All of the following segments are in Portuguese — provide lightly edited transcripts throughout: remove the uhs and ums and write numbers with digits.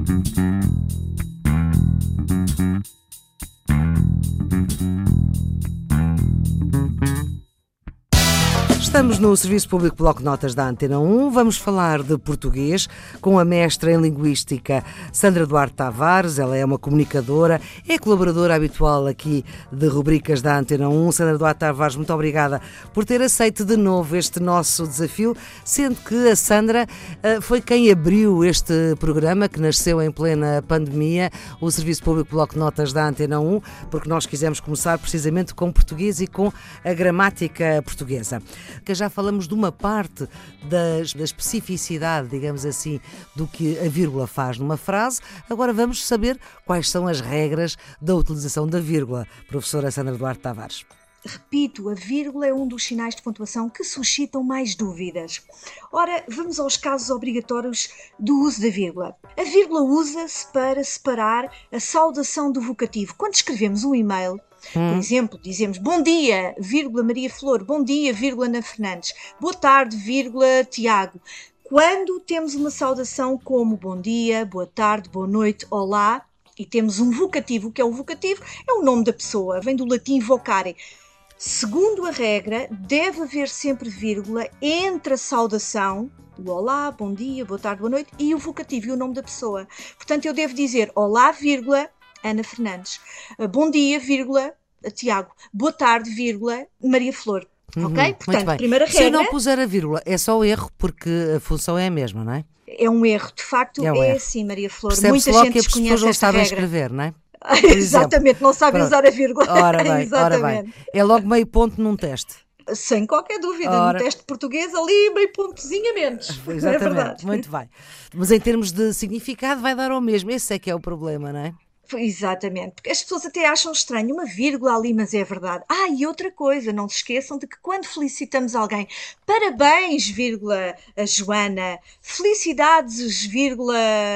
Estamos no Serviço Público Bloco de Notas da Antena 1. Vamos falar de português com a mestra em Linguística Sandra Duarte Tavares. Ela é uma comunicadora, é colaboradora habitual aqui de rubricas da Antena 1. Sandra Duarte Tavares, muito obrigada por ter aceito de novo este nosso desafio, sendo que a Sandra foi quem abriu este programa que nasceu em plena pandemia, o Serviço Público Bloco de Notas da Antena 1, porque nós quisemos começar precisamente com português e com a gramática portuguesa. Que já falamos de uma parte da especificidade, digamos assim, do que a vírgula faz numa frase. Agora vamos saber quais são as regras da utilização da vírgula. Professora Sandra Duarte Tavares. Repito, a vírgula é um dos sinais de pontuação que suscitam mais dúvidas. Ora, vamos aos casos obrigatórios do uso da vírgula. A vírgula usa-se para separar a saudação do vocativo. Quando escrevemos um e-mail, por exemplo, dizemos bom dia, vírgula Maria Flor, bom dia, vírgula Ana Fernandes, boa tarde, vírgula Tiago. Quando temos uma saudação como bom dia, boa tarde, boa noite, olá, e temos um vocativo, o que é o vocativo? É o nome da pessoa, vem do latim vocare. Segundo a regra, deve haver sempre vírgula entre a saudação, o olá, bom dia, boa tarde, boa noite, e o vocativo e o nome da pessoa. Portanto, eu devo dizer olá, vírgula, Ana Fernandes. Bom dia, vírgula, Tiago. Boa tarde, vírgula, Maria Flor. Ok? Portanto, primeira regra... Se eu não puser a vírgula, é só erro, porque a função é a mesma, não é? É um erro. De facto, é assim, Maria Flor. Percebe-se Muita logo gente que as pessoas desconhece não esta sabem regra. escrever, não é? Exatamente, não sabem usar a vírgula. Ora bem, Exatamente. ora bem. É logo meio ponto num teste. Sem qualquer dúvida, no teste de português ali meio pontozinho a menos. Exatamente, é verdade. Muito bem. Mas em termos de significado vai dar ao mesmo, esse é que é o problema, não é? Exatamente, porque as pessoas até acham estranho uma vírgula ali, mas é verdade. E outra coisa, não se esqueçam de que quando felicitamos alguém, parabéns, vírgula, a Joana, felicidades, vírgula,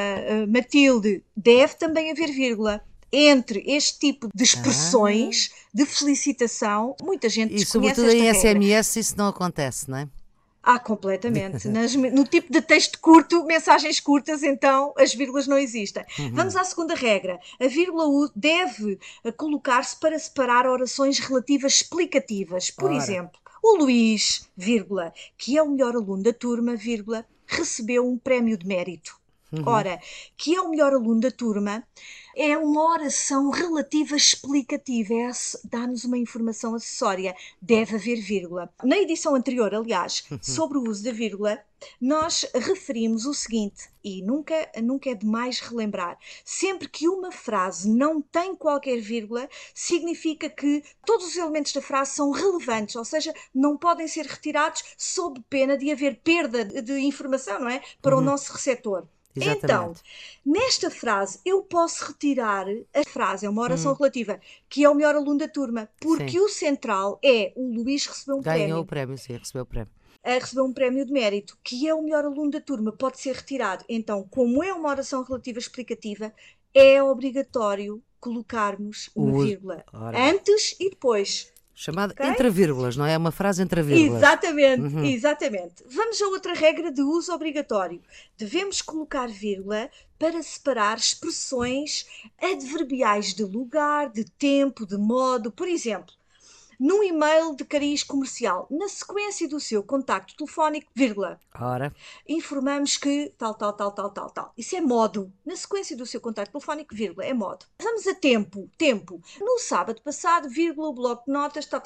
Matilde, deve também haver vírgula. Entre este tipo de expressões de felicitação, muita gente desconhece esta regra. E sobretudo em SMS isso não acontece, não é? Completamente. No tipo de texto curto, mensagens curtas, então as vírgulas não existem. Vamos à segunda regra. A vírgula deve colocar-se para separar orações relativas explicativas. Por exemplo, o Luís, vírgula, que é o melhor aluno da turma, vírgula, recebeu um prémio de mérito. Ora, que é o melhor aluno da turma, é uma oração relativa explicativa, dá-nos uma informação acessória, deve haver vírgula. Na edição anterior, aliás, sobre o uso da vírgula, nós referimos o seguinte, e nunca é demais relembrar, sempre que uma frase não tem qualquer vírgula, significa que todos os elementos da frase são relevantes, ou seja, não podem ser retirados sob pena de haver perda de informação, não é? Para o nosso receptor. Exatamente. Então, nesta frase, eu posso retirar a frase, é uma oração relativa, que é o melhor aluno da turma, porque o central é o Luís recebeu um prémio. Ganhou o prémio, sim, recebeu o prémio. Recebeu um prémio de mérito, que é o melhor aluno da turma, pode ser retirado. Então, como é uma oração relativa explicativa, é obrigatório colocarmos uma vírgula antes e depois. Chamada entre vírgulas, não é? É uma frase entre vírgulas. Exatamente. Vamos a outra regra de uso obrigatório. Devemos colocar vírgula para separar expressões adverbiais de lugar, de tempo, de modo. Por exemplo, num e-mail de cariz comercial, na sequência do seu contacto telefónico, vírgula, informamos que tal. Isso é modo. Na sequência do seu contacto telefónico, vírgula, é modo. Vamos a tempo. No sábado passado, vírgula, o bloco de notas, tal.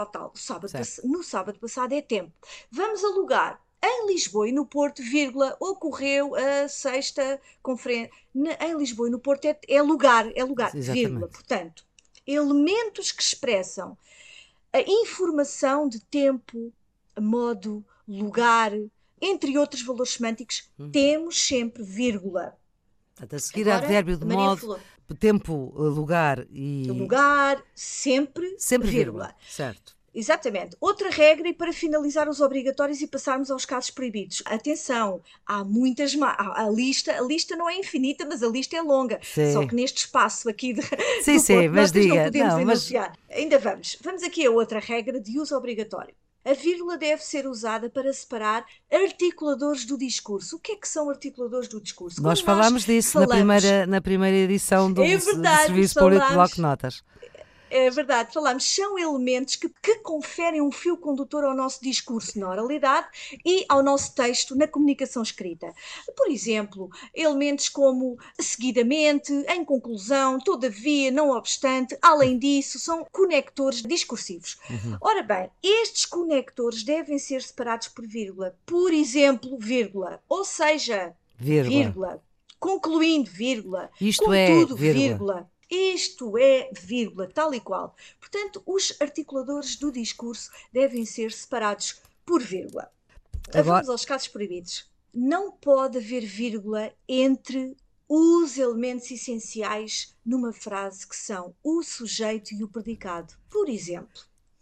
No sábado passado é tempo. Vamos a lugar. Em Lisboa e no Porto, vírgula, ocorreu a sexta conferência. Em Lisboa e no Porto é lugar, vírgula. Portanto, elementos que expressam a informação de tempo, modo, lugar, entre outros valores semânticos, temos sempre vírgula. A seguir advérbio de modo, tempo, lugar e... Lugar, sempre vírgula. Certo. Exatamente. Outra regra, e para finalizar os obrigatórios e passarmos aos casos proibidos. Atenção, há muitas... A lista não é infinita, mas a lista é longa. Sim. Só que neste espaço aqui de mas diga. não podemos enunciar. Ainda vamos. Vamos aqui a outra regra de uso obrigatório. A vírgula deve ser usada para separar articuladores do discurso. O que é que são articuladores do discurso? Nós falámos disso na primeira edição do É verdade, Serviço Público de Bloco de Notas. É verdade, falamos, são elementos que conferem um fio condutor ao nosso discurso na oralidade e ao nosso texto na comunicação escrita. Por exemplo, elementos como seguidamente, em conclusão, todavia, não obstante, além disso, são conectores discursivos. Ora bem, estes conectores devem ser separados por vírgula. Por exemplo, vírgula, ou seja, vírgula, concluindo, vírgula, isto contudo, é, vírgula. Isto é, vírgula, tal e qual. Portanto, os articuladores do discurso devem ser separados por vírgula. Agora, vamos aos casos proibidos. Não pode haver vírgula entre os elementos essenciais numa frase que são o sujeito e o predicado. Por exemplo,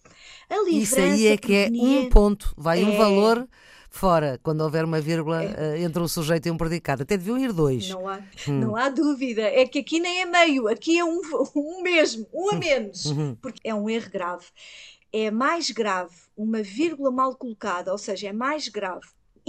a livrança isso aí é que é um ponto, vai um valor fora, quando houver uma vírgula entre um sujeito e um predicado. Até deviam ir dois. Não há dúvida. É que aqui nem é meio, aqui é um mesmo, um a menos. Porque é um erro grave. É mais grave uma vírgula mal colocada, ou seja, é mais grave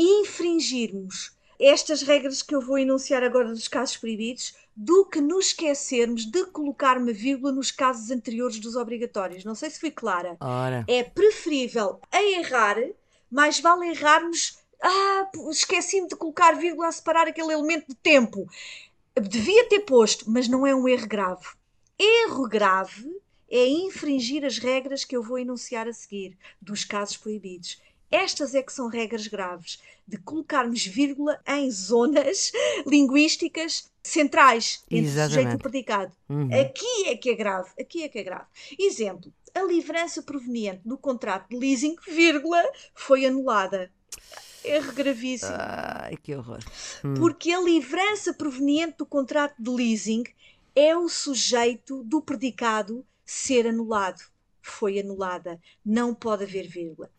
infringirmos estas regras que eu vou enunciar agora dos casos proibidos do que nos esquecermos de colocar uma vírgula nos casos anteriores dos obrigatórios. Não sei se fui clara. Ora. É preferível a errar. Mais vale errarmos, esqueci-me de colocar vírgula a separar aquele elemento de tempo. Devia ter posto, mas não é um erro grave. Erro grave é infringir as regras que eu vou enunciar a seguir, dos casos proibidos. Estas é que são regras graves, de colocarmos vírgula em zonas linguísticas centrais entre o sujeito e o predicado. Aqui é que é grave, aqui é que é grave. Exemplo. A livrança proveniente do contrato de leasing, vírgula, foi anulada. Erro gravíssimo. Ai, que horror. Porque a livrança proveniente do contrato de leasing é o sujeito do predicado ser anulado. Foi anulada. Não pode haver vírgula.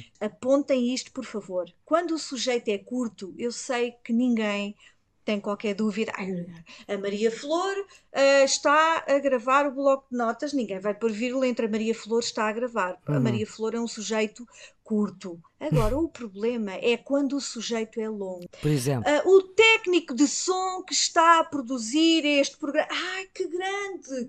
Apontem isto, por favor. Quando o sujeito é curto, eu sei que ninguém tem qualquer dúvida. A Maria Flor está a gravar o bloco de notas. Ninguém vai pôr vírgula entre a Maria Flor está a gravar. A Maria Flor é um sujeito curto. Agora, o problema é quando o sujeito é longo. Por exemplo. O técnico de som que está a produzir este programa. Ai, que grande!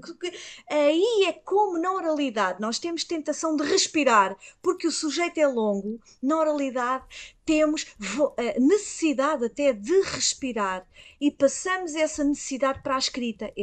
Aí é como na oralidade nós temos tentação de respirar, porque o sujeito é longo. Na oralidade temos necessidade até de respirar e passamos essa necessidade para a escrita.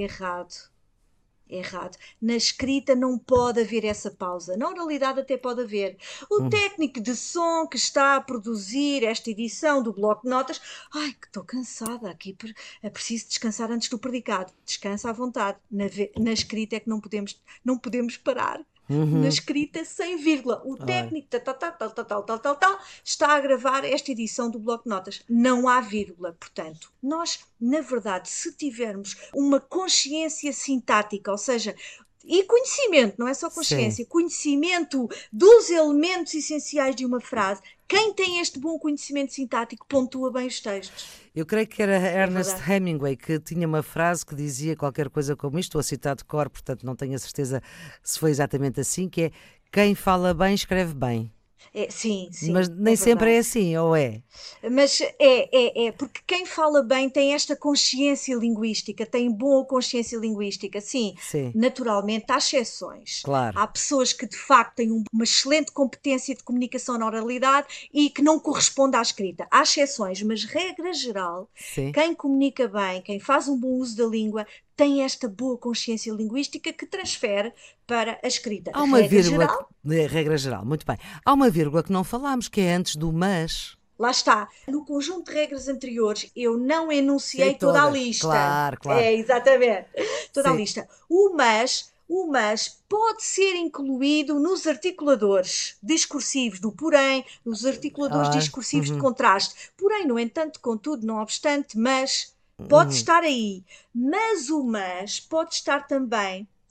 Errado. Na escrita não pode haver essa pausa. Na oralidade até pode haver. O técnico de som que está a produzir esta edição do bloco de notas. Ai, que estou cansada aqui. É preciso descansar antes do predicado. Descansa à vontade. Na escrita é que não podemos parar. Na escrita sem vírgula. O técnico tal, está a gravar esta edição do bloco de notas. Não há vírgula. Portanto, nós, na verdade, se tivermos uma consciência sintática, ou seja, e conhecimento, não é só consciência, conhecimento dos elementos essenciais de uma frase, quem tem este bom conhecimento sintático pontua bem os textos. Eu creio que era Ernest Hemingway que tinha uma frase que dizia qualquer coisa como isto, estou a citar de cor, portanto não tenho a certeza se foi exatamente assim, que é: quem fala bem escreve bem. Sim. Mas nem sempre é assim, ou é? Mas porque quem fala bem tem esta consciência linguística, tem boa consciência linguística, sim. Naturalmente há exceções. Claro. Há pessoas que de facto têm uma excelente competência de comunicação na oralidade e que não corresponde à escrita. Há exceções, mas regra geral, quem comunica bem, quem faz um bom uso da língua, tem esta boa consciência linguística que transfere para a escrita. Há uma vírgula, regra geral, muito bem. Há uma vírgula que não falámos, que é antes do mas. Lá está. No conjunto de regras anteriores, eu não enunciei toda a lista. Claro. Exatamente. Toda a lista. O mas pode ser incluído nos articuladores discursivos do porém, nos articuladores discursivos de contraste. Porém, no entanto, contudo, não obstante, mas... pode estar aí, mas o mas pode estar também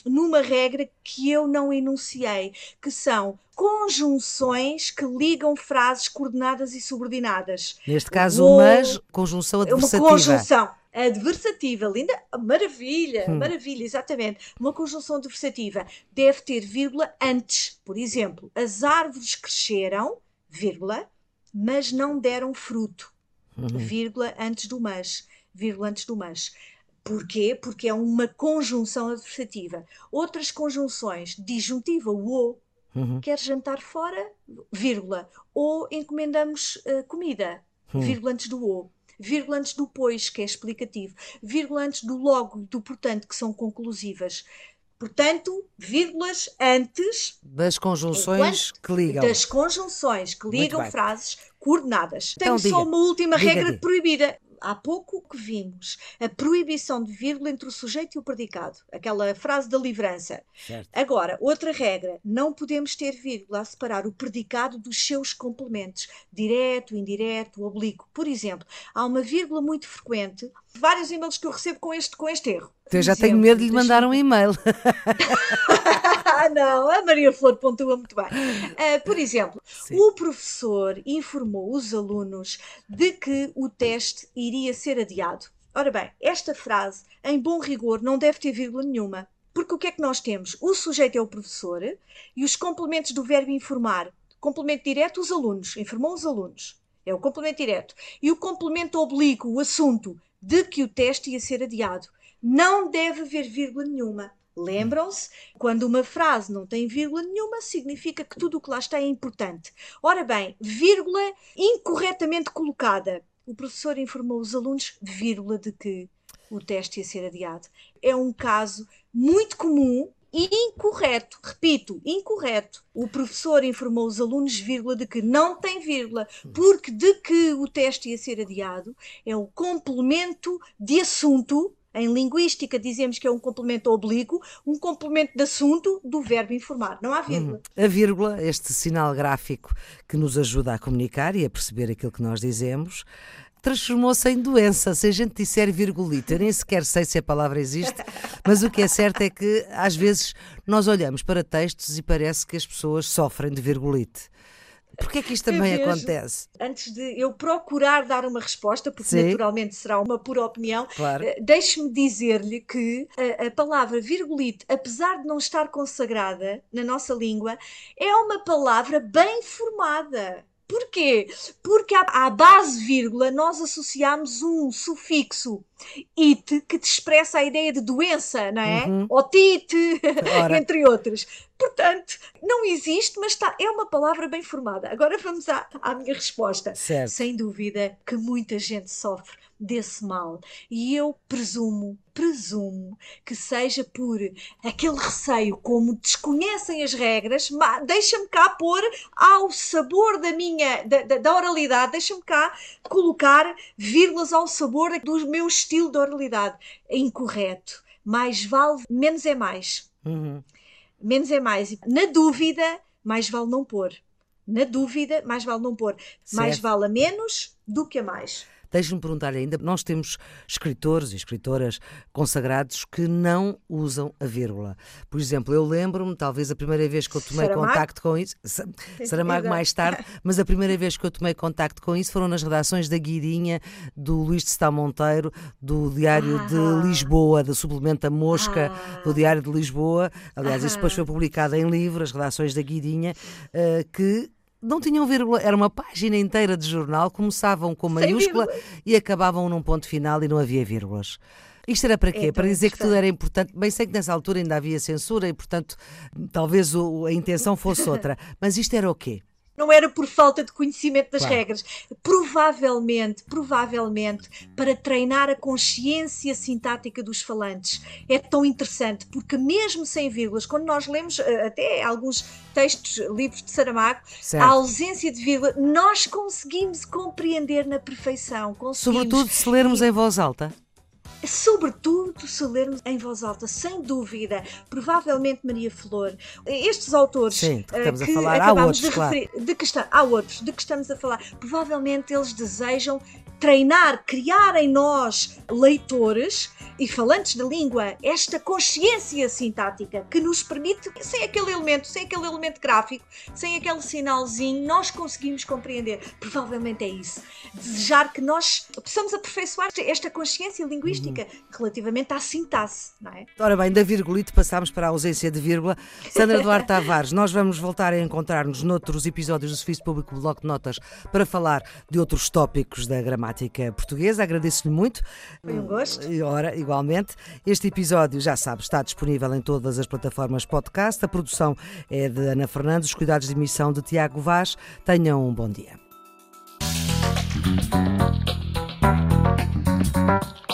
numa regra que eu não enunciei, que são conjunções que ligam frases coordenadas e subordinadas. Neste caso, o mas, conjunção adversativa. Uma conjunção adversativa, linda, maravilha, maravilha, exatamente. Uma conjunção adversativa deve ter vírgula antes. Por exemplo, as árvores cresceram, vírgula, mas não deram fruto. Vírgula antes do mas. Vírgula antes do mas. Porquê? Porque é uma conjunção adversativa. Outras conjunções, disjuntiva, o quer jantar fora, vírgula, ou encomendamos comida, vírgula antes do o. Vírgula antes do pois, que é explicativo, vírgula antes do logo e do portanto, que são conclusivas. Portanto, vírgulas antes das conjunções que ligam. Das conjunções que ligam frases coordenadas. Então, tenho só uma última regra diga. proibida. Há pouco que vimos a proibição de vírgula entre o sujeito e o predicado. Aquela frase da livrança. Certo. Agora, outra regra. Não podemos ter vírgula a separar o predicado dos seus complementos. Direto, indireto, oblíquo. Por exemplo, há uma vírgula muito frequente. Vários e-mails que eu recebo com este erro. Eu já tenho medo de lhe mandar um e-mail. Não, a Maria Flor pontua muito bem. Por exemplo, Sim. O professor informou os alunos de que o teste iria ser adiado. Ora bem, esta frase, em bom rigor, não deve ter vírgula nenhuma. Porque o que é que nós temos? O sujeito é o professor e os complementos do verbo informar. Complemento direto, os alunos. Informou os alunos. É o complemento direto. E o complemento oblíquo, o assunto, de que o teste ia ser adiado. Não deve haver vírgula nenhuma. Lembram-se? Quando uma frase não tem vírgula nenhuma, significa que tudo o que lá está é importante. Ora bem, vírgula incorretamente colocada. O professor informou os alunos, vírgula, de que o teste ia ser adiado. É um caso muito comum e incorreto. Repito, incorreto. O professor informou os alunos, vírgula, de que não tem vírgula, porque de que o teste ia ser adiado é o complemento de assunto. Em linguística dizemos que é um complemento oblíquo, um complemento de assunto do verbo informar. Não há vírgula. A vírgula, este sinal gráfico que nos ajuda a comunicar e a perceber aquilo que nós dizemos, transformou-se em doença. Se a gente disser virgulita, eu nem sequer sei se a palavra existe, mas o que é certo é que às vezes nós olhamos para textos e parece que as pessoas sofrem de virgulite. Porquê é que isto também acontece? Antes de eu procurar dar uma resposta, porque Sim, naturalmente será uma pura opinião, claro. Deixe-me dizer-lhe que a palavra virgulite, apesar de não estar consagrada na nossa língua, é uma palavra bem formada. Porquê? Porque à base vírgula nós associamos um sufixo ite que te expressa a ideia de doença, não é? Otite, entre outros. Portanto, não existe, mas é uma palavra bem formada. Agora vamos à minha resposta. Certo. Sem dúvida que muita gente sofre desse mal. E eu presumo que seja por aquele receio, como desconhecem as regras, deixa-me cá pôr ao sabor da oralidade, deixa-me cá colocar vírgulas ao sabor do meu estilo de oralidade. É incorreto. Mais vale, menos é mais. Menos é mais. Na dúvida, mais vale não pôr. Na dúvida, mais vale não pôr. Certo. Mais vale a menos do que a mais. Deixe-me perguntar ainda, nós temos escritores e escritoras consagrados que não usam a vírgula. Por exemplo, eu lembro-me, talvez a primeira vez que eu tomei contacto com isso, Saramago mais tarde, mas a primeira vez que eu tomei contacto com isso foram nas redações da Guidinha, do Luís de Sá Monteiro, do Diário de Lisboa, do suplemento A Mosca, do Diário de Lisboa. Aliás, isso depois foi publicado em livro, as redações da Guidinha, que não tinham vírgula, era uma página inteira de jornal, começavam com maiúscula e acabavam num ponto final e não havia vírgulas. Isto era para quê? Para dizer que tudo era importante. Bem, sei que nessa altura ainda havia censura e, portanto, talvez a intenção fosse outra. Mas isto era o quê? Não era por falta de conhecimento das regras. Provavelmente, para treinar a consciência sintática dos falantes. É tão interessante, porque mesmo sem vírgulas, quando nós lemos até alguns textos, livros de Saramago, certo, a ausência de vírgula, nós conseguimos compreender na perfeição. Sobretudo se lermos em voz alta. Sobretudo se lermos em voz alta, sem dúvida. Provavelmente Maria Flor, estes autores Sim, que estamos a que falar, acabámos há outros, claro. há outros de que estamos a falar, provavelmente eles desejam treinar, criar em nós, leitores e falantes de língua, esta consciência sintática que nos permite, sem aquele elemento gráfico, sem aquele sinalzinho, nós conseguimos compreender. Provavelmente é isso. Desejar que nós possamos aperfeiçoar esta consciência linguística relativamente à sintaxe, não é? Ora bem, da virgulite passámos para a ausência de vírgula. Sandra Duarte Tavares, nós vamos voltar a encontrar-nos noutros episódios do Serviço Público Bloco de Notas para falar de outros tópicos da gramática portuguesa. Agradeço-lhe muito. Foi um gosto. Ora, igualmente. Este episódio, já sabe, está disponível em todas as plataformas podcast. A produção é de Ana Fernandes, os cuidados de emissão de Tiago Vaz. Tenham um bom dia.